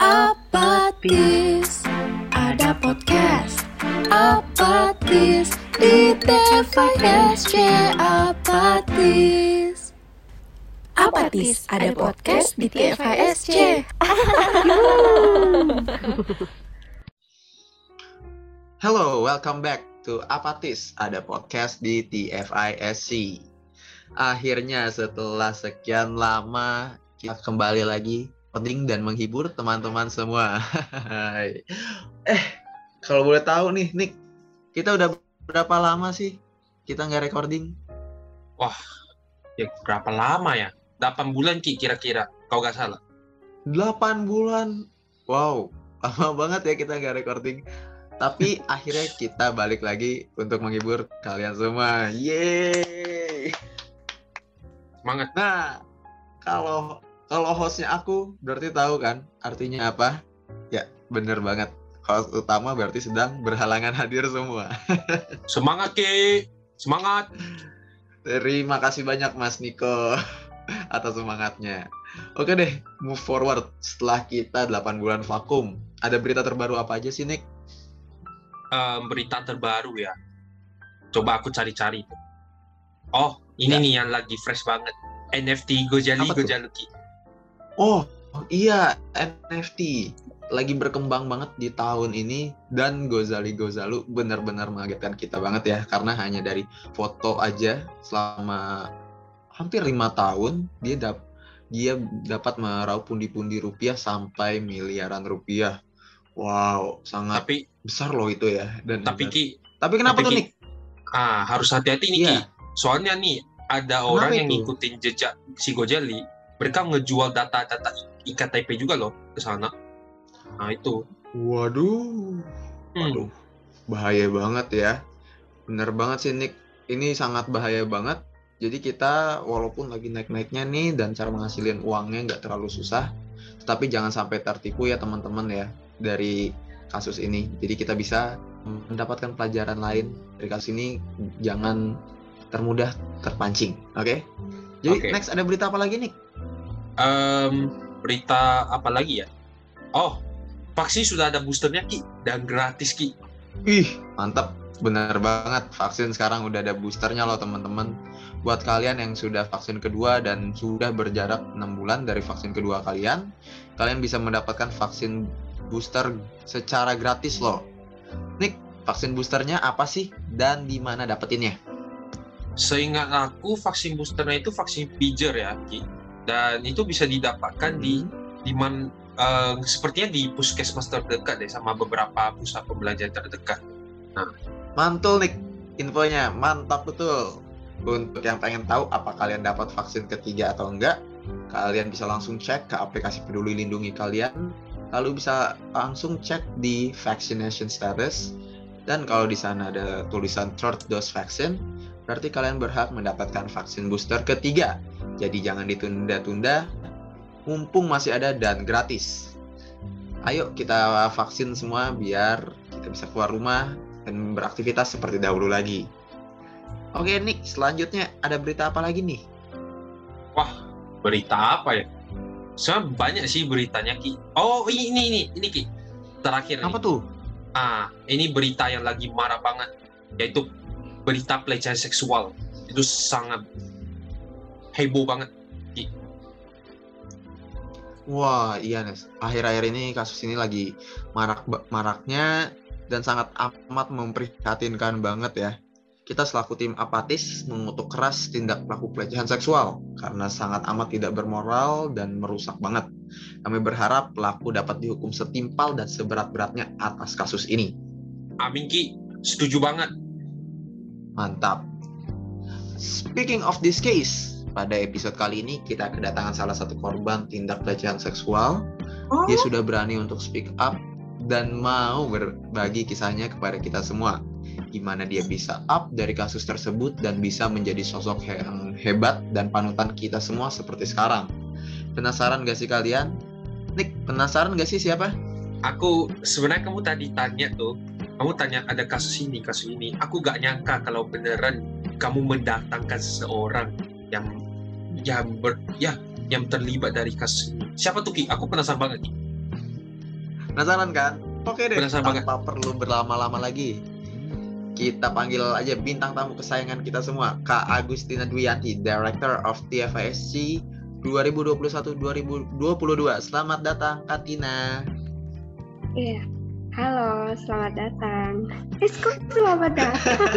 Apatis, ada podcast Apatis di TFISC Apatis. Apatis, ada podcast di TFISC. Hello, welcome back to Apatis, ada podcast di TFISC. Akhirnya setelah sekian lama kita kembali lagi penting dan menghibur teman-teman semua. Kalau boleh tahu nih, Nick, kita udah berapa lama sih kita nggak recording? Wah, ya berapa lama ya? 8 bulan kira-kira, kalau nggak salah. 8 bulan? Wow, lama banget ya kita nggak recording. Tapi akhirnya kita balik lagi untuk menghibur kalian semua. Yeay! Semangat. Nah, kalau hostnya aku, berarti tahu kan artinya apa? Ya, bener banget. Host utama berarti sedang berhalangan hadir semua. Semangat, Ki! Semangat! Terima kasih banyak Mas Niko atas semangatnya. Oke deh, move forward. Setelah kita 8 bulan vakum, ada berita terbaru apa aja sih, Nick? Berita terbaru ya. Coba aku cari-cari. Oh, ini nih yang lagi fresh banget. NFT Gojali. Ki. Oh iya, NFT lagi berkembang banget di tahun ini, dan Gozali benar-benar mengagetkan kita banget ya, karena hanya dari foto aja selama hampir 5 tahun dia dapat meraup pundi-pundi rupiah sampai miliaran rupiah. Wow, sangat besar loh itu ya. Tapi kenapa tuh, Nick? Harus hati-hati nih, Ki. Soalnya nih ada orang yang ngikutin jejak si Gojali. Mereka ngejual data-data iktp juga loh ke sana. Nah itu. Waduh. Bahaya banget ya. Bener banget sih, Nick. Ini sangat bahaya banget. Jadi kita walaupun lagi naik-naiknya nih dan cara menghasilin uangnya nggak terlalu susah, tetapi jangan sampai tertipu ya teman-teman ya dari kasus ini. Jadi kita bisa mendapatkan pelajaran lain dari kasus ini. Jangan termudah terpancing. Oke? Jadi next ada berita apa lagi, Nick? Berita apa lagi ya? Oh, vaksin sudah ada boosternya, Ki, dan gratis, Ki. Ih, mantap. Benar banget, vaksin sekarang udah ada boosternya loh teman-teman. Buat kalian yang sudah vaksin kedua dan sudah berjarak 6 bulan dari vaksin kedua kalian bisa mendapatkan vaksin booster secara gratis loh. Nick, vaksin boosternya apa sih dan di mana dapetinnya? Seingat aku vaksin boosternya itu vaksin Pfizer ya, Ki. Dan itu bisa didapatkan di sepertinya di puskesmas terdekat deh, sama beberapa pusat pembelajaran terdekat. Nah, mantul, Nick, infonya mantap betul. Untuk yang pengen tahu apa kalian dapat vaksin ketiga atau enggak, kalian bisa langsung cek ke aplikasi Peduli Lindungi kalian, lalu bisa langsung cek di vaccination status, dan kalau di sana ada tulisan third dose vaccine, berarti kalian berhak mendapatkan vaksin booster ketiga. Jadi jangan ditunda-tunda, mumpung masih ada dan gratis. Ayo kita vaksin semua biar kita bisa keluar rumah dan beraktivitas seperti dahulu lagi. Oke, Nick, selanjutnya ada berita apa lagi nih? Wah, berita apa ya? Sebenarnya banyak sih beritanya, Ki. Oh, ini Ki. Terakhir nih. Apa tuh? Ini berita yang lagi marah banget, yaitu berita pelecehan seksual. Itu sangat heboh banget, Ki. Wah, iya, Nes. Akhir-akhir ini kasus ini lagi maraknya dan sangat amat memprihatinkan banget ya. Kita selaku tim Apatis mengutuk keras tindak pelaku pelecehan seksual karena sangat amat tidak bermoral dan merusak banget. Kami berharap pelaku dapat dihukum setimpal dan seberat-beratnya atas kasus ini. Amin, Ki. Setuju banget. Mantap. Speaking of this case, pada episode kali ini kita kedatangan salah satu korban tindak pelecehan seksual. Dia sudah berani untuk speak up dan mau berbagi kisahnya kepada kita semua. Gimana dia bisa up dari kasus tersebut dan bisa menjadi sosok yang hebat dan panutan kita semua seperti sekarang. Penasaran gak sih kalian? Nick, penasaran gak sih siapa? Aku sebenarnya kamu tadi tanya tuh, kamu tanya ada kasus ini. Aku gak nyangka kalau beneran kamu mendatangkan seseorang yang terlibat dari kasus ini. Siapa tuh, Ki? Aku penasaran banget, Ki. Penasaran kan? Oke deh, Penasaran tanpa perlu berlama-lama lagi, kita panggil aja bintang tamu kesayangan kita semua, Kak Agustina Dwiyanti, Director of TFISC 2021-2022. Selamat datang, Kak Tina. Iya, halo, selamat datang. Kok selamat datang?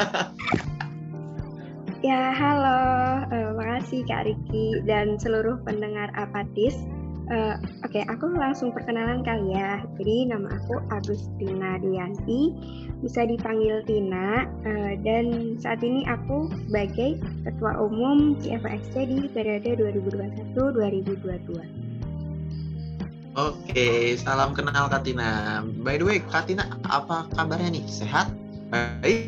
Ya, halo, makasih Kak Riki dan seluruh pendengar Apatis. Oke, aku langsung perkenalan kali ya. Jadi nama aku Agustina Dwiyanti, bisa dipanggil Tina, dan saat ini aku sebagai Ketua Umum TFISC di periode 2021-2022. Oke, salam kenal Kak Tina. By the way, Kak Tina, apa kabarnya nih? Sehat? Baik?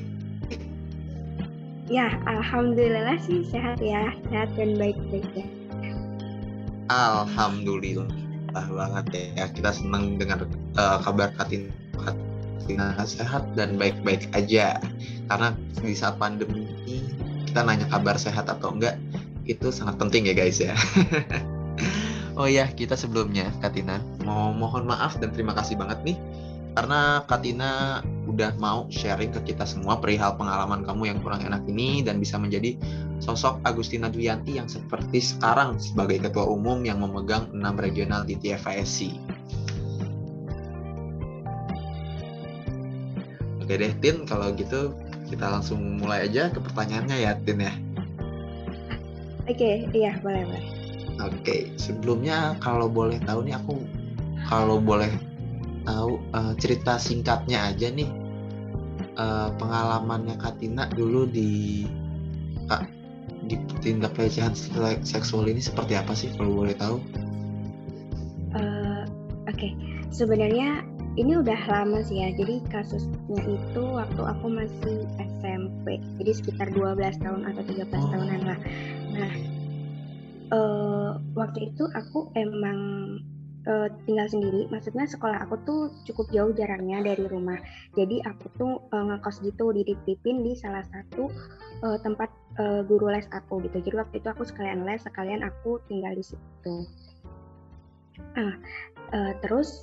Ya, alhamdulillah sih sehat ya, sehat dan baik-baik ya. Alhamdulillah banget ya. Kita senang dengar kabar Kak Tina sehat dan baik-baik aja. Karena di saat pandemi ini kita nanya kabar sehat atau enggak itu sangat penting ya guys ya. Oh ya, kita sebelumnya Kak Tina mau mohon maaf dan terima kasih banget nih karena Kak Tina udah mau sharing ke kita semua perihal pengalaman kamu yang kurang enak ini dan bisa menjadi sosok Agustina Dwiyanti yang seperti sekarang sebagai ketua umum yang memegang 6 regional di TFISC. Oke deh Tin, kalau gitu kita langsung mulai aja ke pertanyaannya ya Tin ya. Oke, iya boleh. Oke, sebelumnya kalau boleh tahu nih kalau boleh tahu cerita singkatnya aja nih pengalamannya Kak Tina dulu di tindak pelecehan seksual ini seperti apa sih kalau boleh tahu? Oke, sebenarnya ini udah lama sih ya. Jadi kasusnya itu waktu aku masih SMP, jadi sekitar 12 tahun atau 13 tahunan lah. Nah, waktu itu aku emang tinggal sendiri, maksudnya sekolah aku tuh cukup jauh jaraknya dari rumah. Jadi aku tuh ngekos gitu, dititipin di salah satu tempat guru les aku gitu. Jadi waktu itu aku sekalian les, sekalian aku tinggal di situ. Terus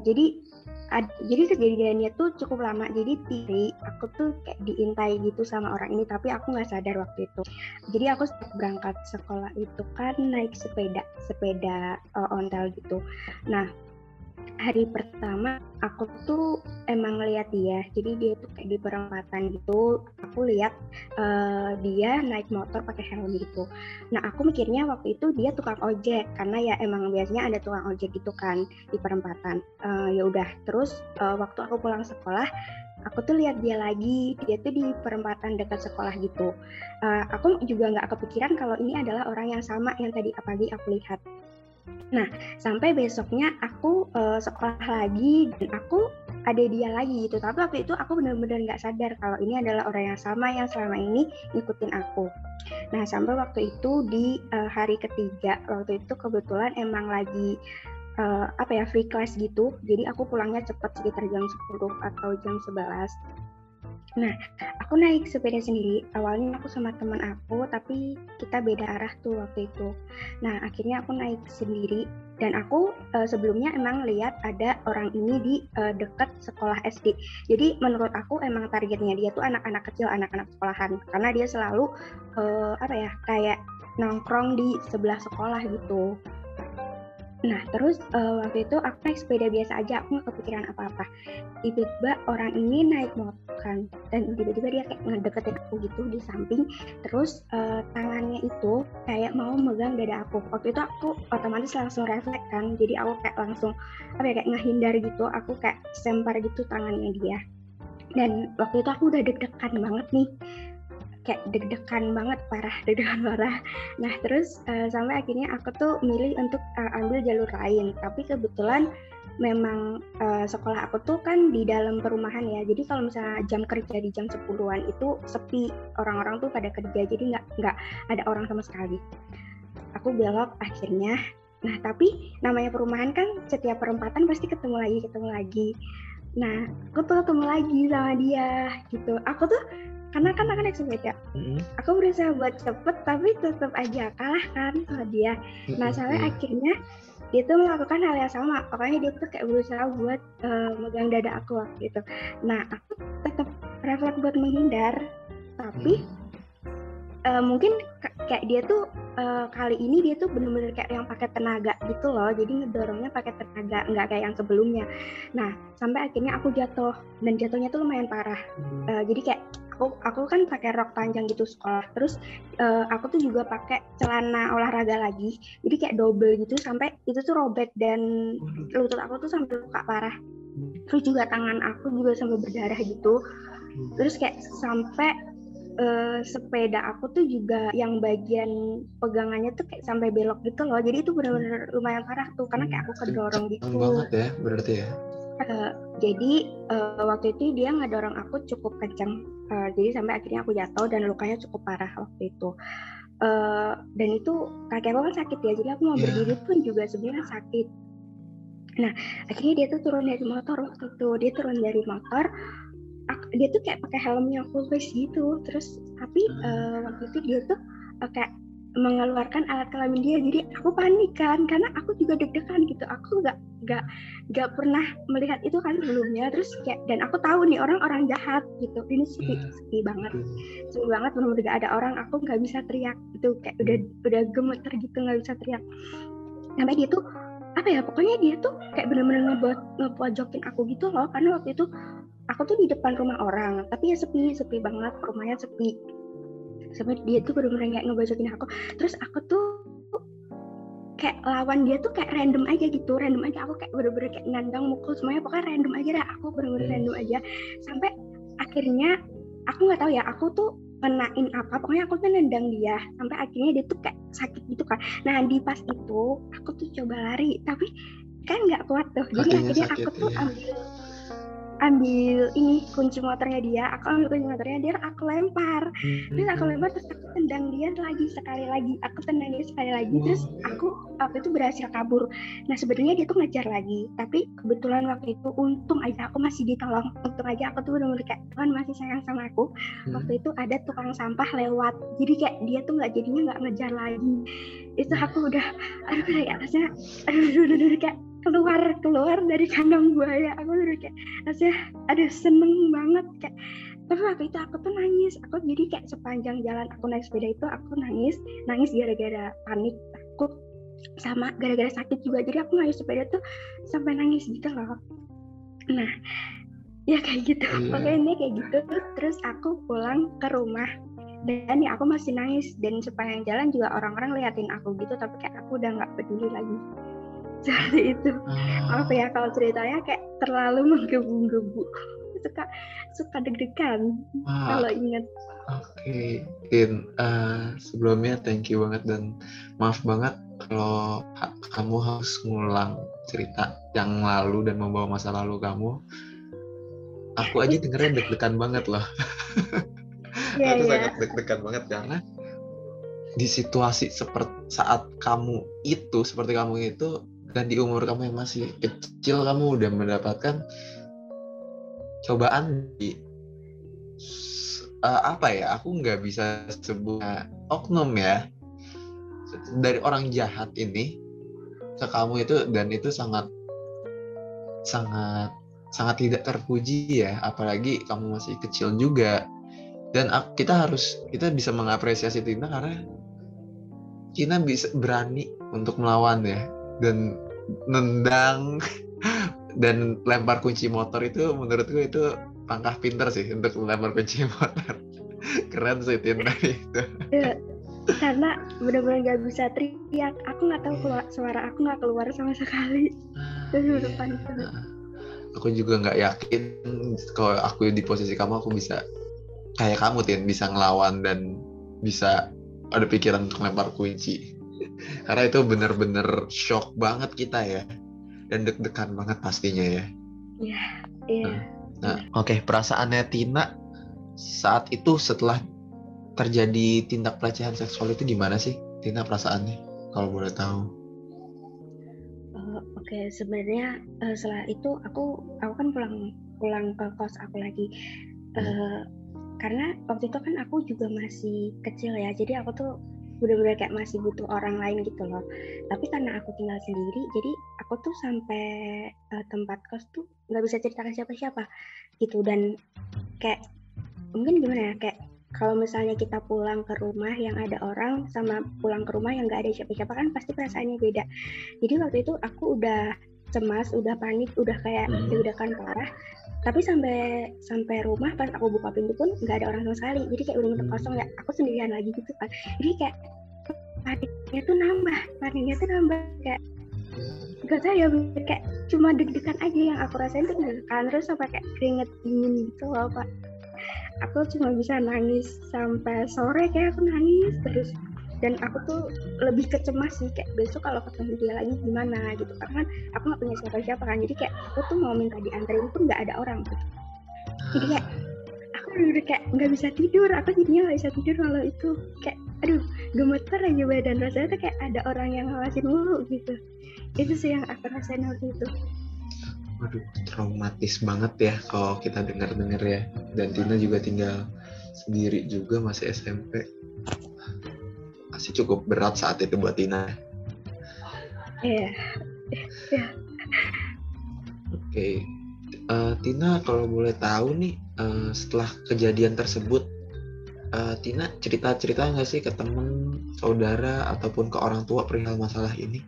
jadi kejadiannya tuh cukup lama. Jadi aku tuh kayak diintai gitu sama orang ini, tapi aku nggak sadar waktu itu. Jadi aku setiap berangkat sekolah itu kan naik sepeda ontel gitu. Nah, hari pertama aku tuh emang ngeliat dia, jadi dia tuh kayak di perempatan gitu, aku lihat dia naik motor pakai helm gitu. Nah aku mikirnya waktu itu dia tukang ojek, karena ya emang biasanya ada tukang ojek gitu kan di perempatan. Ya udah, terus waktu aku pulang sekolah, aku tuh lihat dia lagi, dia tuh di perempatan dekat sekolah gitu. Aku juga nggak kepikiran kalau ini adalah orang yang sama yang tadi pagi aku lihat. Nah, sampai besoknya aku sekolah lagi dan aku ada dia lagi gitu. Tapi waktu itu aku benar-benar nggak sadar kalau ini adalah orang yang sama yang selama ini ngikutin aku. Nah, sampai waktu itu di hari ketiga, waktu itu kebetulan emang lagi free class gitu. Jadi aku pulangnya cepat sekitar jam 10 atau jam 11. Nah, aku naik sepeda sendiri. Awalnya aku sama teman aku, tapi kita beda arah tuh waktu itu. Nah, akhirnya aku naik sendiri dan aku sebelumnya emang lihat ada orang ini di dekat sekolah SD. Jadi menurut aku emang targetnya dia tuh anak-anak kecil, anak-anak sekolahan, karena dia selalu kayak nongkrong di sebelah sekolah gitu. Nah, terus waktu itu aku naik sepeda biasa aja, aku nggak kepikiran apa-apa. Tiba-tiba orang ini naik motor kan, dan tiba-tiba dia kayak ngedeketin aku gitu di samping, terus tangannya itu kayak mau megang dada aku. Waktu itu aku otomatis langsung refleks kan, jadi aku kayak langsung kayak ngehindar gitu, aku kayak sempar gitu tangannya dia. Dan waktu itu aku udah deg-degan banget nih, kayak deg-degan banget, parah. Nah terus sampai akhirnya aku tuh milih untuk ambil jalur lain, tapi kebetulan memang sekolah aku tuh kan di dalam perumahan ya, jadi kalau misalnya jam kerja di jam 10-an itu sepi, orang-orang tuh pada kerja, jadi nggak ada orang sama sekali. Aku belok akhirnya. Nah tapi namanya perumahan kan setiap perempatan pasti ketemu lagi. Nah aku tuh ketemu lagi sama dia gitu. Aku tuh karena kan aku naik sepeda, aku berusaha buat cepet tapi tetap aja kalah kan sama dia. Nah sampai akhirnya dia tuh melakukan hal yang sama, pokoknya dia tuh kayak berusaha buat megang dada aku waktu itu. Nah aku tetap refleks buat menghindar, tapi mungkin kayak dia tuh kali ini dia tuh bener-bener kayak yang pakai tenaga gitu loh, jadi ngedorongnya pakai tenaga, nggak kayak yang sebelumnya. Nah sampai akhirnya aku jatuh, dan jatuhnya tuh lumayan parah. Jadi kayak aku kan pakai rok panjang gitu sekolah, terus aku tuh juga pakai celana olahraga lagi, jadi kayak double gitu, sampai itu tuh robek dan lutut aku tuh sampai luka parah. Terus juga tangan aku juga sampai berdarah gitu. Terus kayak sampai sepeda aku tuh juga yang bagian pegangannya tuh kayak sampai belok gitu loh, jadi itu benar-benar lumayan parah tuh karena kayak aku kedorong gitu. Banget ya berarti ya. Jadi waktu itu dia ngedorong aku cukup kencang, jadi sampai akhirnya aku jatuh dan lukanya cukup parah waktu itu. Dan itu kaki aku kan sakit ya, jadi aku mau berdiri pun juga sebenarnya sakit. Nah akhirnya dia tuh turun dari motor waktu itu, dia tuh kayak pakai helmnya full face gitu, terus tapi waktu itu dia tuh kayak mengeluarkan alat kelamin dia, jadi aku panik kan karena aku juga deg-degan gitu, aku nggak pernah melihat itu kan sebelumnya, terus kayak dan aku tahu nih orang jahat gitu, ini sepi banget benar-benar gak ada orang, aku nggak bisa teriak gitu, kayak udah gemeter gitu, nggak bisa teriak. Sampai dia tuh apa ya, pokoknya dia tuh kayak benar-benar ngepojokin aku gitu loh, karena waktu itu aku tuh di depan rumah orang, tapi ya sepi banget, rumahnya sepi. Sampai dia tuh bener-bener kayak ngebacokin aku. Terus aku tuh kayak lawan dia tuh kayak random aja gitu, aku kayak bener-bener kayak nendang, mukul semuanya, pokoknya random aja dah, aku bener-bener random aja. Sampai akhirnya aku nggak tahu ya, aku tuh kenain apa, pokoknya aku tuh nendang dia, sampai akhirnya dia tuh kayak sakit gitu kan. Nah di pas itu aku tuh coba lari, tapi kan nggak kuat tuh, jadi akhirnya aku tuh ambil ini kunci motornya dia, aku lempar, terus aku tendang dia sekali lagi, terus aku waktu itu berhasil kabur. Nah sebenarnya dia tuh ngejar lagi, tapi kebetulan waktu itu untung aja aku masih ditolong, untung aja aku tuh benar-benar kayak Tuhan masih sayang sama aku. Waktu itu ada tukang sampah lewat, jadi kayak dia tuh nggak ngejar lagi. Itu aku udah kayak rasanya kayak keluar dari kandang buaya, aku udah kayak rasanya seneng banget kayak. Tapi waktu itu aku tuh nangis, aku jadi kayak sepanjang jalan aku naik sepeda itu aku nangis gara-gara panik, takut, sama gara-gara sakit juga, jadi aku naik sepeda tuh sampai nangis gitu loh. Nah ya kayak gitu, pokoknya kayak gitu. Terus aku pulang ke rumah dan ya aku masih nangis, dan sepanjang jalan juga orang-orang liatin aku gitu, tapi kayak aku udah nggak peduli lagi. Seperti itu. Maaf ya kalau ceritanya kayak terlalu menggebu-gebu, suka deg-degan kalau inget. Oke, sebelumnya thank you banget, dan maaf banget kalau kamu harus ngulang cerita yang lalu dan membawa masa lalu kamu. Aku aja dengernya deg-degan banget loh. Aku sangat deg-degan banget karena di situasi seperti saat kamu itu, dan di umur kamu yang masih kecil, kamu udah mendapatkan cobaan di aku nggak bisa sebut oknum ya, dari orang jahat ini ke kamu itu, dan itu sangat tidak terpuji ya, apalagi kamu masih kecil juga. Dan kita bisa mengapresiasi Tina karena Tina bisa berani untuk melawan ya, dan nendang dan lempar kunci motor. Itu menurutku itu langkah pintar sih untuk lempar kunci motor. Keren sih Tina itu. Karena benar-benar gak bisa teriak, aku nggak tahu suara aku nggak keluar sama sekali. Aku juga nggak yakin kalau aku di posisi kamu aku bisa kayak kamu Tin, bisa ngelawan dan bisa ada pikiran untuk lempar kunci. Karena itu benar-benar shock banget kita ya, dan deg-degan banget pastinya ya. Iya. Oke, perasaannya Tina saat itu setelah terjadi tindak pelecehan seksual itu gimana sih Tina perasaannya, kalau boleh tahu? Oke, sebenarnya setelah itu aku kan pulang ke kos aku lagi. Karena waktu itu kan aku juga masih kecil ya, jadi aku tuh bener-bener kayak masih butuh orang lain gitu loh. Tapi karena aku tinggal sendiri, jadi aku tuh sampai tempat kos tuh nggak bisa cerita ke siapa-siapa gitu. Dan kayak mungkin gimana ya, kayak kalau misalnya kita pulang ke rumah yang ada orang sama pulang ke rumah yang nggak ada siapa-siapa kan pasti perasaannya beda. Jadi waktu itu aku udah cemas, udah panik, udah kayak deg-degan parah. Tapi sampai rumah pas aku buka pintu pun nggak ada orang sama sekali. Jadi kayak udah kosong ya, aku sendirian lagi gitu kan. Jadi kayak paniknya tuh nambah kayak gak tahu ya, kayak cuma deg-degan aja yang aku rasain tuh deg-degan terus sampai kayak keringet dingin gitu loh Pak. Aku cuma bisa nangis sampai sore, kayak aku nangis terus. Dan aku tuh lebih kecemas sih, kayak besok kalau ketemu dia lagi gimana gitu, karena kan aku nggak punya siapa-siapa kan. Jadi kayak aku tuh mau minta dianterin pun nggak ada orang gitu. Jadi kayak aku udah kayak nggak bisa tidur, aku jadinya nggak bisa tidur kalau itu kayak aduh gemeter aja badan, rasanya tuh kayak ada orang yang ngawasin mulu gitu. Itu sih yang aku rasain waktu itu. Waduh, traumatis banget ya kalau kita dengar-dengar ya. Dan Tina juga tinggal sendiri juga, masih SMP. Masih cukup berat saat itu buat Tina. Iya. Oke. Tina kalau boleh tahu nih, setelah kejadian tersebut, Tina cerita nggak sih ke temen, saudara, ataupun ke orang tua perihal masalah ini?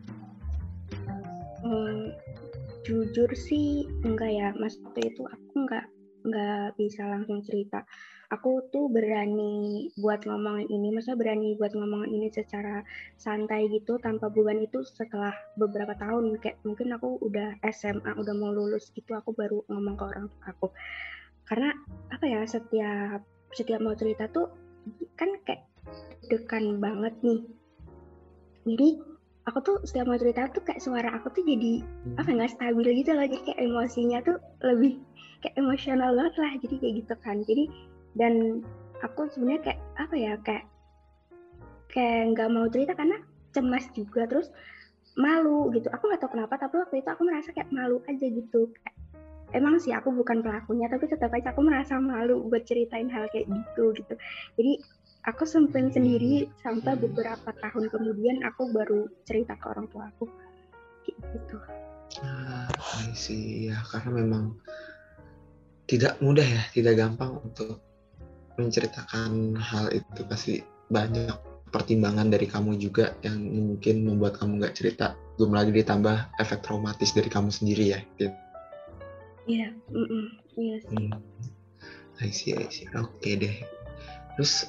Jujur sih enggak ya Mas, waktu itu aku enggak bisa langsung cerita. Aku tuh berani buat ngomongin ini, maksudnya berani buat ngomongin ini secara santai gitu tanpa beban itu setelah beberapa tahun, kayak mungkin aku udah SMA, udah mau lulus gitu, aku baru ngomong ke orang tua aku. Karena apa ya, setiap mau cerita tuh kan kayak degan banget nih. Jadi aku tuh setiap mau cerita tuh kayak suara aku tuh jadi nggak stabil gitu loh, jadi kayak emosinya tuh lebih kayak emosional banget lah, jadi kayak gitu kan. Jadi dan aku sebenarnya kayak apa ya, kayak nggak mau cerita karena cemas juga, terus malu gitu. Aku nggak tahu kenapa, tapi waktu itu aku merasa kayak malu aja gitu. Kayak, emang sih aku bukan pelakunya, tapi tetap aja aku merasa malu buat ceritain hal kayak gitu. Jadi aku simpen sendiri sampai beberapa tahun kemudian aku baru cerita ke orang tua aku gitu. I see ya, karena memang tidak mudah ya, tidak gampang untuk menceritakan hal itu. Pasti banyak pertimbangan dari kamu juga yang mungkin membuat kamu nggak cerita. Belum lagi ditambah efek traumatis dari kamu sendiri ya. Iya, iya sih. I see. Oke deh. Terus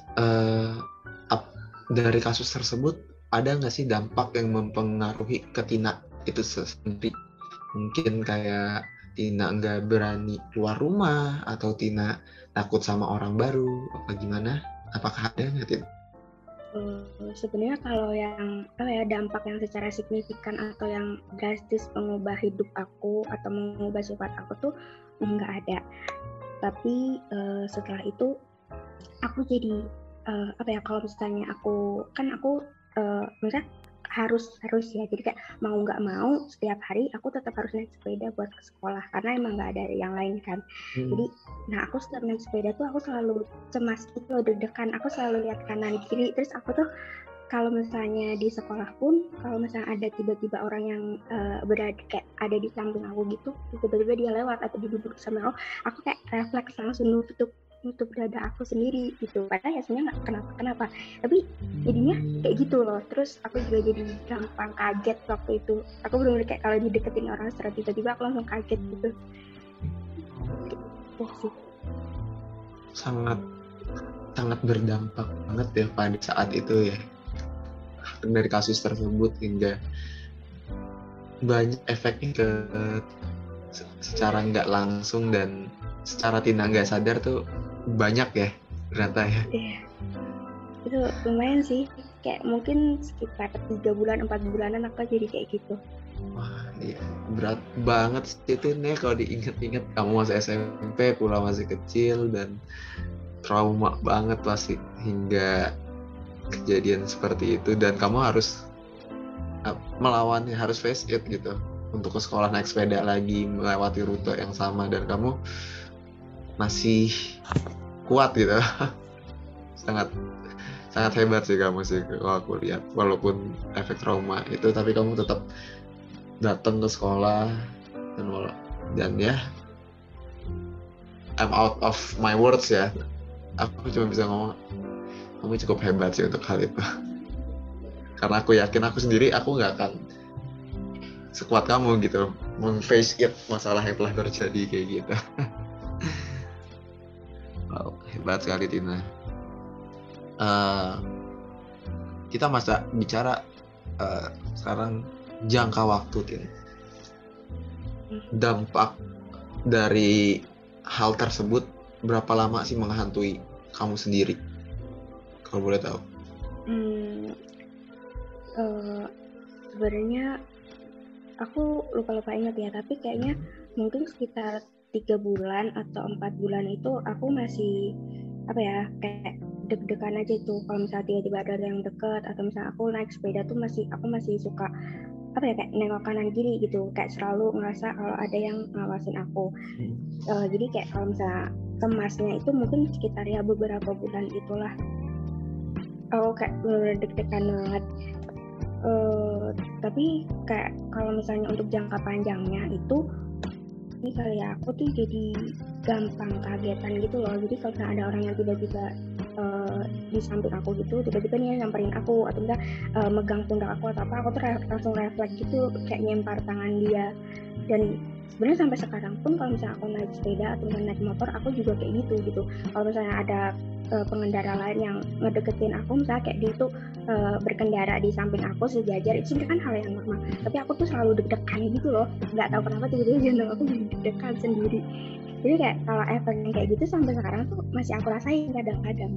dari kasus tersebut ada nggak sih dampak yang mempengaruhi ke Tina itu sendiri? Mungkin kayak Tina nggak berani keluar rumah, atau Tina takut sama orang baru, apa gimana? Apakah ada nggak Tina? Sebenarnya kalau yang dampak yang secara signifikan atau yang drastis mengubah hidup aku atau mengubah sifat aku tuh nggak ada. Tapi setelah itu aku jadi kalau misalnya aku misalnya harus ya, jadi kayak mau nggak mau setiap hari aku tetap harus naik sepeda buat ke sekolah karena emang nggak ada yang lain kan. Jadi aku setiap naik sepeda tuh aku selalu cemas gitu, deg-degan, aku selalu lihat kanan kiri. Terus aku tuh kalau misalnya di sekolah pun, kalau misalnya ada tiba-tiba orang yang berada kayak ada di samping aku gitu, tiba-tiba dia lewat atau duduk sama aku kayak refleks langsung nutup dada aku sendiri gitu. Padahal ya sebenarnya nggak kenapa, tapi jadinya kayak gitu loh. Terus aku juga jadi gampang kaget waktu itu. Aku benar-benar kayak kalau dideketin orang secara tiba-tiba aku langsung kaget gitu. Sangat berdampak banget ya pada saat itu ya. Dari kasus tersebut hingga banyak efeknya ke secara nggak langsung dan secara Tina nggak sadar tuh banyak ya ternyata ya. Iya, itu lumayan sih, kayak mungkin sekitar 3 bulan 4 bulanan aku jadi kayak gitu. Wah iya, berat banget sih itu nih kalau diinget-inget. Kamu masih SMP, pula masih kecil, dan trauma banget pasti hingga kejadian seperti itu. Dan kamu harus melawannya, harus face it gitu, untuk ke sekolah naik sepeda lagi melewati rute yang sama, dan kamu masih kuat gitu. sangat hebat sih kamu sih kalau aku lihat, walaupun efek trauma itu tapi kamu tetap datang ke sekolah dan ya I'm out of my words ya, aku cuma bisa ngomong kamu cukup hebat sih untuk hal itu. Karena aku yakin aku sendiri aku nggak akan sekuat kamu gitu face it masalah yang telah terjadi kayak gitu. Wow, hebat sekali Tina. Kita masa bicara sekarang jangka waktu Tina. Dampak dari hal tersebut berapa lama sih menghantui kamu sendiri? Kalau boleh tahu. Sebenarnya aku lupa ingat ya, tapi kayaknya mungkin sekitar 3 bulan atau 4 bulan itu aku masih kayak deg-degan aja tuh kalau misalnya tiba-tiba ada yang deket, atau misalnya aku naik sepeda tuh aku masih suka kayak nengok kanan kiri gitu, kayak selalu ngerasa kalau ada yang ngawasin aku. Jadi kayak kalau misalnya cemasnya itu mungkin sekitar ya beberapa bulan itulah. Aku kayak bener-bener deg-degan banget. Tapi kayak kalau misalnya untuk jangka panjangnya itu ini kali ya, aku tuh jadi gampang kagetan gitu loh. Jadi kalau ada orang yang tiba-tiba di samping aku gitu, tiba-tiba dia nyamperin aku atau enggak megang pundak aku atau apa, aku tuh langsung refleks gitu kayak nyempar tangan dia. Dan sebenarnya sampai sekarang pun kalau misalnya aku naik sepeda atau naik motor, aku juga kayak gitu. Kalau misalnya ada pengendara lain yang ngedeketin aku, misalnya kayak dia tuh berkendara di samping aku sejajar, itu sebenarnya kan hal yang normal, tapi aku tuh selalu deg-degan gitu loh, nggak tahu kenapa tiba-tiba jantung aku jadi deg-degan sendiri. Jadi kayak kalau efek yang kayak gitu sampai sekarang tuh masih aku rasain kadang-kadang.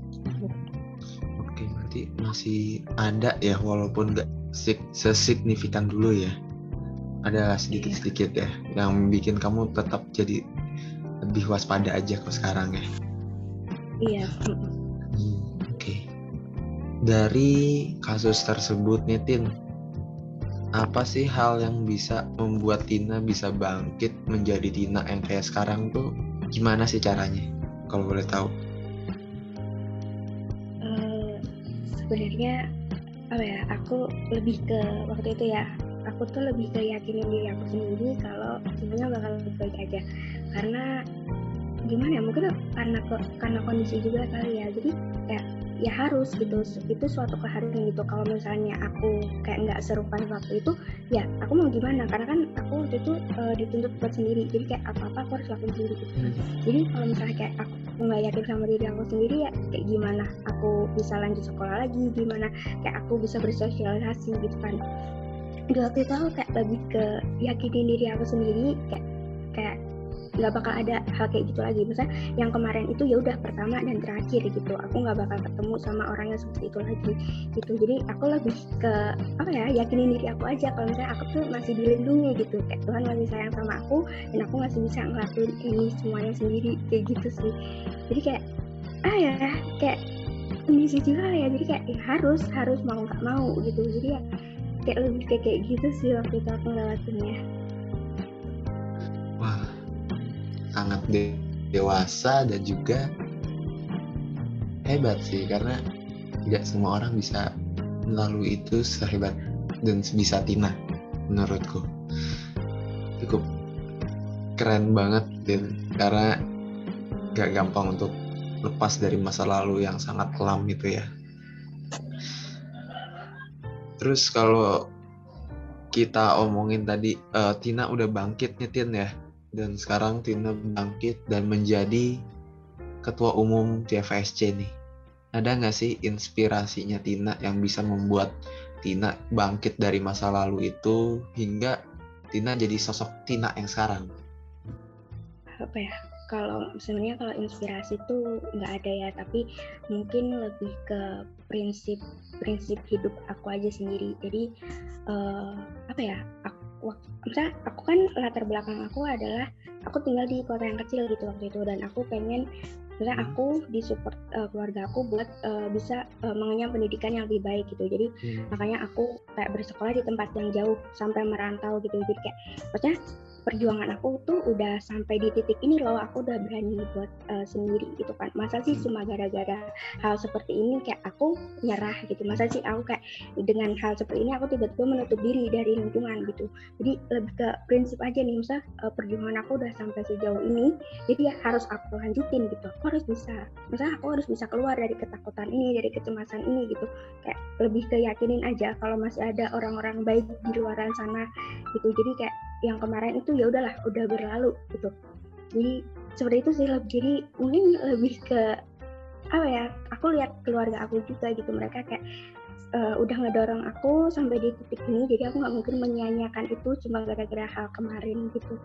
Oke, berarti masih ada ya, walaupun nggak sesignifikan dulu ya, ada sedikit-sedikit ya yang bikin kamu tetap jadi lebih waspada aja kok sekarang ya. Iya. Oke. Dari kasus tersebut nih Tin, apa sih hal yang bisa membuat Tina bisa bangkit menjadi Tina yang kayak sekarang tuh? Gimana sih caranya? Kalau boleh tahu. Sebenarnya aku lebih ke waktu itu ya, aku tuh lebih ke yakinin diri aku sendiri kalau semuanya bakal baik aja. Karena gimana ya, mungkin karena kondisi juga kali ya, jadi kayak ya harus gitu, itu suatu keharusan gitu. Kalau misalnya aku kayak nggak serukan waktu itu, ya aku mau gimana, karena kan aku waktu itu dituntut buat sendiri, jadi kayak apa-apa aku harus lakuin sendiri gitu. Jadi kalau misalnya kayak aku nggak yakin sama diri aku sendiri, ya kayak gimana aku bisa lanjut sekolah lagi, gimana kayak aku bisa bersosialisasi gitu kan. Di waktu itu aku kayak lebih ke yakinin diri aku sendiri, kayak nggak bakal ada hal kayak gitu lagi. Misalnya yang kemarin itu ya udah pertama dan terakhir gitu, aku nggak bakal ketemu sama orang yang seperti itu lagi gitu. Jadi aku lebih ke yakinin diri aku aja kalau misalnya aku tuh masih dilindungi gitu, kayak Tuhan masih sayang sama aku dan aku masih bisa ngelakuin ini semuanya sendiri kayak gitu sih. Jadi kayak kayak kondisi juga ya, jadi kayak harus mau nggak mau gitu. Jadi ya kayak lebih kayak gitu sih waktu itu aku ngelakuinnya. Wah, sangat dewasa dan juga hebat sih, karena tidak semua orang bisa melalui itu sehebat dan sebisa Tina. Menurutku cukup keren banget Tin, karena gak gampang untuk lepas dari masa lalu yang sangat kelam itu ya. Terus kalau kita omongin tadi, Tina udah bangkit nih Tin ya, dan sekarang Tina bangkit dan menjadi ketua umum TFSC nih. Ada nggak sih inspirasinya Tina yang bisa membuat Tina bangkit dari masa lalu itu hingga Tina jadi sosok Tina yang sekarang? Kalau sebenarnya kalau inspirasi itu nggak ada ya, tapi mungkin lebih ke prinsip hidup aku aja sendiri. Jadi misalnya aku kan latar belakang aku adalah aku tinggal di kota yang kecil gitu waktu itu, dan aku pengen misalnya aku disupport keluarga aku buat bisa mengenyam pendidikan yang lebih baik gitu. Jadi makanya aku kayak bersekolah di tempat yang jauh sampai merantau gitu. Jadi kayak maksudnya perjuangan aku tuh udah sampai di titik ini loh, aku udah berani buat sendiri gitu kan. Masa sih cuma gara-gara hal seperti ini kayak aku nyerah gitu, masa sih aku kayak dengan hal seperti ini aku tiba-tiba menutup diri dari lingkungan gitu. Jadi lebih ke prinsip aja nih, misal perjuangan aku udah sampai sejauh ini, jadi ya harus aku lanjutin gitu. Aku harus bisa, misalnya aku harus bisa keluar dari ketakutan ini, dari kecemasan ini gitu. Kayak lebih ke yakinin aja kalau masih ada orang-orang baik di luar sana gitu. Jadi kayak yang kemarin itu ya udahlah, udah berlalu gitu. Jadi seperti itu sih. Jadi mungkin lebih ke apa ya, aku lihat keluarga aku juga gitu, mereka kayak udah ngedorong aku sampai di titik ini, jadi aku nggak mungkin menyia-nyiakan itu cuma gara-gara hal kemarin gitu.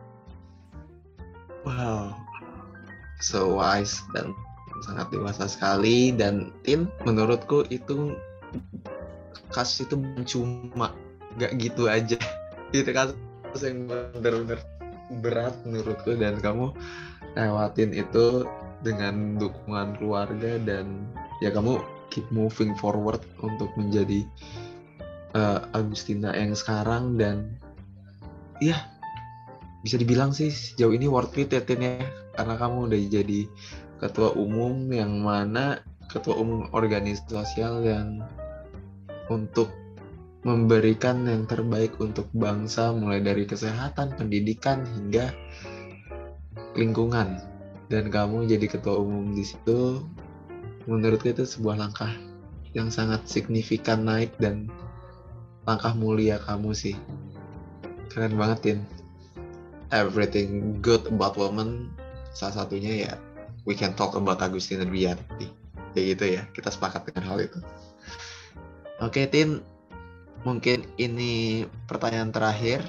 Wow, so wise dan sangat dewasa sekali. Dan Tin, menurutku itu kasus itu cuma gak gitu aja. Itu kasus yang benar-benar berat menurutku, dan kamu lewatin itu dengan dukungan keluarga, dan ya kamu keep moving forward untuk menjadi Agustina yang sekarang. Dan ya bisa dibilang sih sejauh ini worth it ya Tin ya, karena kamu udah jadi ketua umum, yang mana ketua umum organisasi sosial yang untuk memberikan yang terbaik untuk bangsa, mulai dari kesehatan, pendidikan, hingga lingkungan. Dan kamu jadi ketua umum di situ, menurutku itu sebuah langkah yang sangat signifikan naik, dan langkah mulia kamu sih. Keren banget, Tin. Everything good about women, salah satunya ya we can talk about Agustina Dwiyanti. Kayak gitu ya, kita sepakat dengan hal itu. Oke, Tin, mungkin ini pertanyaan terakhir.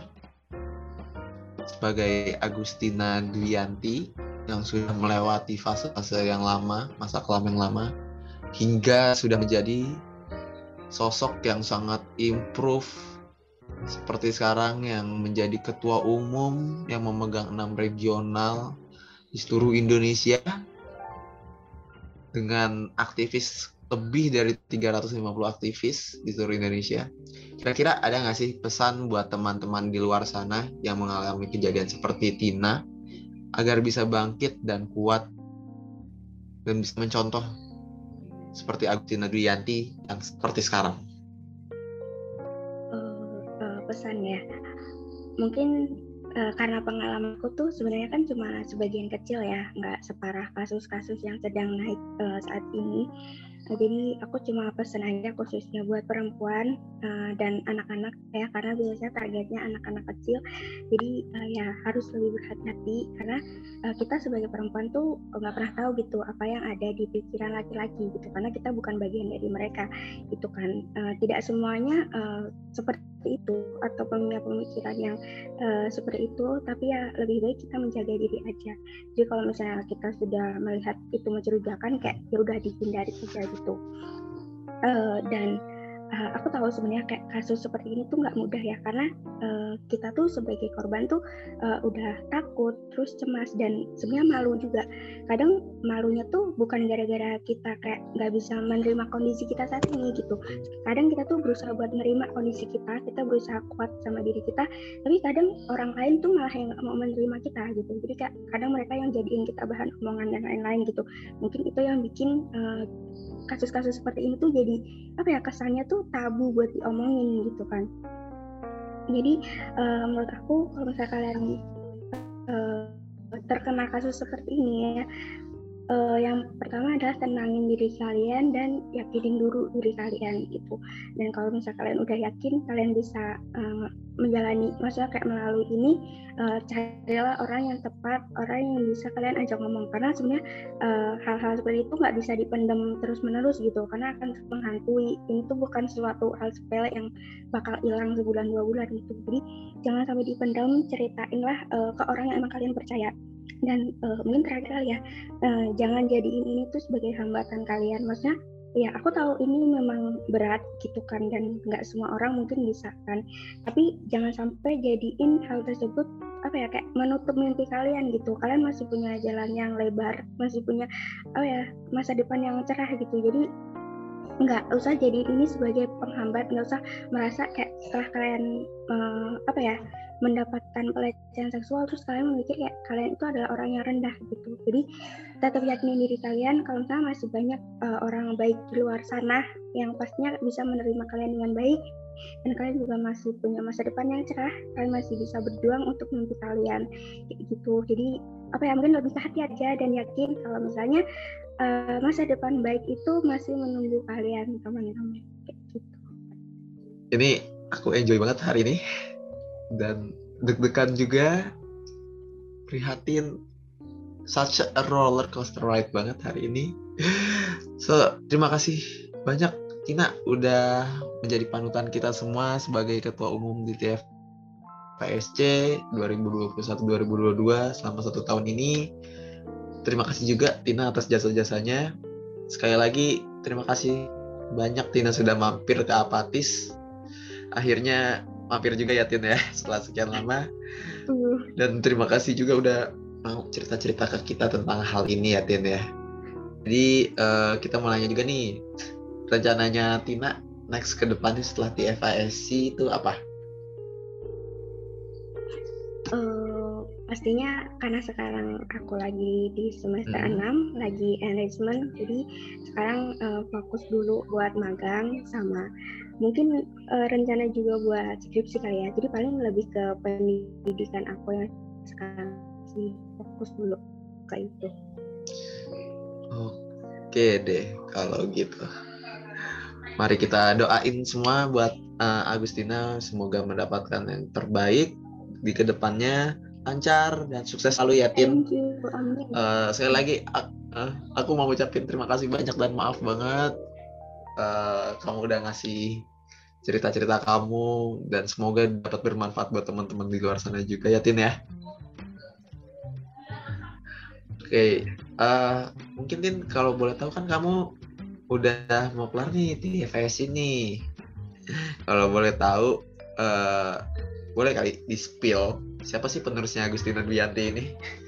Sebagai Agustina Dwiyanti yang sudah melewati fase-fase yang lama, masa kelam yang lama, hingga sudah menjadi sosok yang sangat improve seperti sekarang, yang menjadi ketua umum yang memegang 6 regional di seluruh Indonesia dengan aktivis lebih dari 350 aktivis di seluruh Indonesia. Kira-kira ada nggak sih pesan buat teman-teman di luar sana yang mengalami kejadian seperti Tina agar bisa bangkit dan kuat dan bisa mencontoh seperti Agustina Dwiyanti yang seperti sekarang? Pesan ya, mungkin karena pengalamanku tuh sebenarnya kan cuma sebagian kecil ya, nggak separah kasus-kasus yang sedang naik saat ini. Jadi aku cuma pesan aja khususnya buat perempuan dan anak-anak ya, karena biasanya targetnya anak-anak kecil. Jadi ya harus lebih berhati-hati, karena kita sebagai perempuan tuh nggak pernah tahu gitu apa yang ada di pikiran laki-laki gitu, karena kita bukan bagian dari mereka gitu kan. Tidak semuanya seperti itu atau punya pemikiran yang seperti itu, tapi ya lebih baik kita menjaga diri aja. Jadi kalau misalnya kita sudah melihat itu mencurigakan, kayak ya udah dihindari aja gitu. Dan aku tahu sebenarnya kayak kasus seperti ini tuh nggak mudah ya, karena kita tuh sebagai korban tuh udah takut, terus cemas, dan sebenarnya malu juga. Kadang malunya tuh bukan gara-gara kita kayak nggak bisa menerima kondisi kita saat ini gitu. Kadang kita tuh berusaha buat menerima kondisi kita berusaha kuat sama diri kita, tapi kadang orang lain tuh malah yang nggak mau menerima kita gitu. Jadi kayak kadang mereka yang jadiin kita bahan omongan dan lain-lain gitu. Mungkin itu yang bikin kasus-kasus seperti ini tuh jadi apa ya, kesannya tuh tabu buat diomongin gitu kan. Jadi menurut aku kalau misalnya kalian terkena kasus seperti ini ya, yang pertama adalah tenangin diri kalian dan yakinin dulu diri kalian gitu. Dan kalau misalnya kalian udah yakin, kalian bisa menjalani, maksudnya kayak melalui ini, carilah orang yang tepat, orang yang bisa kalian ajak ngomong, karena sebenarnya hal-hal seperti itu nggak bisa dipendam terus-menerus gitu, karena akan menghantui. Ini tuh bukan suatu hal sepele yang bakal hilang sebulan 2 bulan gitu. Jadi jangan sampai dipendam, ceritainlah ke orang yang emang kalian percaya. Dan mungkin terakhir kali ya, jangan jadiin ini tuh sebagai hambatan kalian. Maksudnya ya aku tahu ini memang berat gitu kan, dan nggak semua orang mungkin bisa kan, tapi jangan sampai jadiin hal tersebut apa ya, kayak menutup mimpi kalian gitu. Kalian masih punya jalan yang lebar, masih punya apa ya, masa depan yang cerah gitu. Jadi nggak usah jadiin ini sebagai penghambat, nggak usah merasa kayak setelah kalian apa ya, mendapatkan pelecehan seksual terus kalian memikir kayak kalian itu adalah orang yang rendah gitu. Jadi tetap yakinin diri kalian kalau misalnya masih banyak orang baik di luar sana yang pastinya bisa menerima kalian dengan baik, dan kalian juga masih punya masa depan yang cerah, kalian masih bisa berjuang untuk mimpi kalian kayak gitu. Jadi mungkin lebih ke hati aja dan yakin kalau misalnya masa depan baik itu masih menunggu kalian teman-teman kayak gitu. Ini aku enjoy banget hari ini dan deg-degan juga, prihatin, such a roller coaster ride banget hari ini. So terima kasih banyak Tina udah menjadi panutan kita semua sebagai ketua umum di TFSC 2021-2022 selama 1 tahun ini. Terima kasih juga Tina atas jasa-jasanya. Sekali lagi terima kasih banyak Tina sudah mampir ke Apatis. Akhirnya mampir juga ya Tina ya setelah sekian lama. Dan terima kasih juga udah mau cerita-cerita ke kita tentang hal ini ya Tina ya. Jadi kita mau nanya juga nih, rencananya Tina next ke depannya setelah TFSC itu apa? Pastinya karena sekarang aku lagi di semester 6, lagi enrichment, jadi sekarang fokus dulu buat magang sama mungkin rencana juga buat skripsi kali ya. Jadi paling lebih ke pendidikan aku yang sekarang sih, fokus dulu ke itu. Oke deh kalau gitu. Mari kita doain semua buat Agustina, semoga mendapatkan yang terbaik di kedepannya, lancar dan sukses selalu ya Tin. Sekali lagi aku mau ucapin terima kasih banyak dan maaf banget kamu udah ngasih cerita-cerita kamu, dan semoga dapat bermanfaat buat teman-teman di luar sana juga ya Tin ya. Oke, mungkin Tin kalau boleh tahu kan kamu udah mau kelar nih di TFSC ini. Kalau boleh tahu, boleh kali di-spill siapa sih penerusnya Agustina Dwianti ini?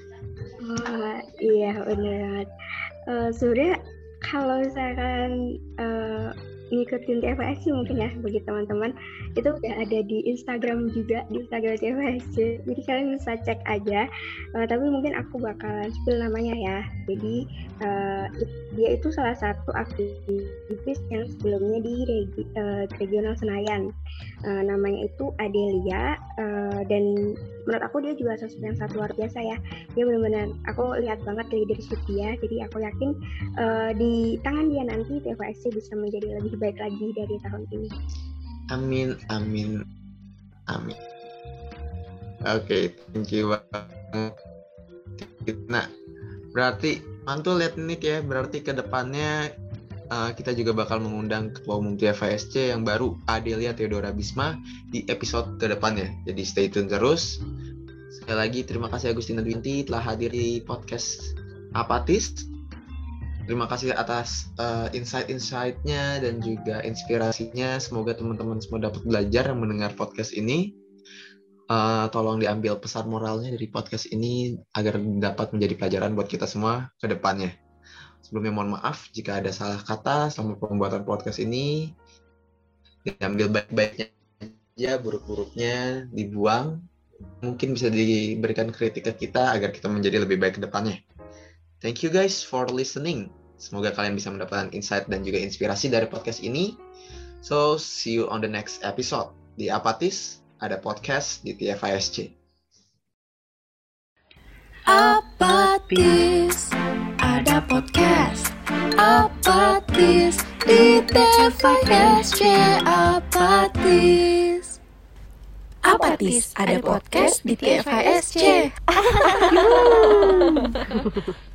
Iya benar. Sebenarnya kalau misalkan ngikutin TFSC mungkin ya bagi teman-teman itu udah ada di Instagram juga, di Instagram TFSC, jadi kalian bisa cek aja. Tapi mungkin aku bakalan spill namanya ya. Jadi dia itu salah satu aktivis yang sebelumnya di regional Senayan, namanya itu Adelia, dan menurut aku dia juga sosok yang sangat luar biasa ya. Dia benar-benar, aku lihat banget leadership dia, jadi aku yakin di tangan dia nanti TFSC bisa menjadi lebih baik lagi dari tahun ini. Amin, amin, amin. Oke, thank you banget. Nah, berarti mantul lihat nih ya, berarti kedepannya kita juga bakal mengundang Ketua Umum TFSC yang baru, Adelia Theodora Bisma, di episode kedepannya. Jadi stay tune terus. Sekali lagi terima kasih Agustina Dwianti telah hadir di podcast Apatis. Terima kasih atas insight-insightnya dan juga inspirasinya. Semoga teman-teman semua dapat belajar yang mendengar podcast ini. Tolong diambil pesan moralnya dari podcast ini agar dapat menjadi pelajaran buat kita semua ke depannya. Sebelumnya mohon maaf jika ada salah kata selama pembuatan podcast ini. Diambil baik-baiknya aja, buruk-buruknya dibuang. Mungkin bisa diberikan kritik ke kita agar kita menjadi lebih baik ke depannya. Thank you guys for listening. Semoga kalian bisa mendapatkan insight dan juga inspirasi dari podcast ini. So, see you on the next episode. Di Apatis, ada podcast di TFSC. Apatis, ada podcast. Apatis, di TFSC. Apatis. Apatis, ada podcast di TFSC.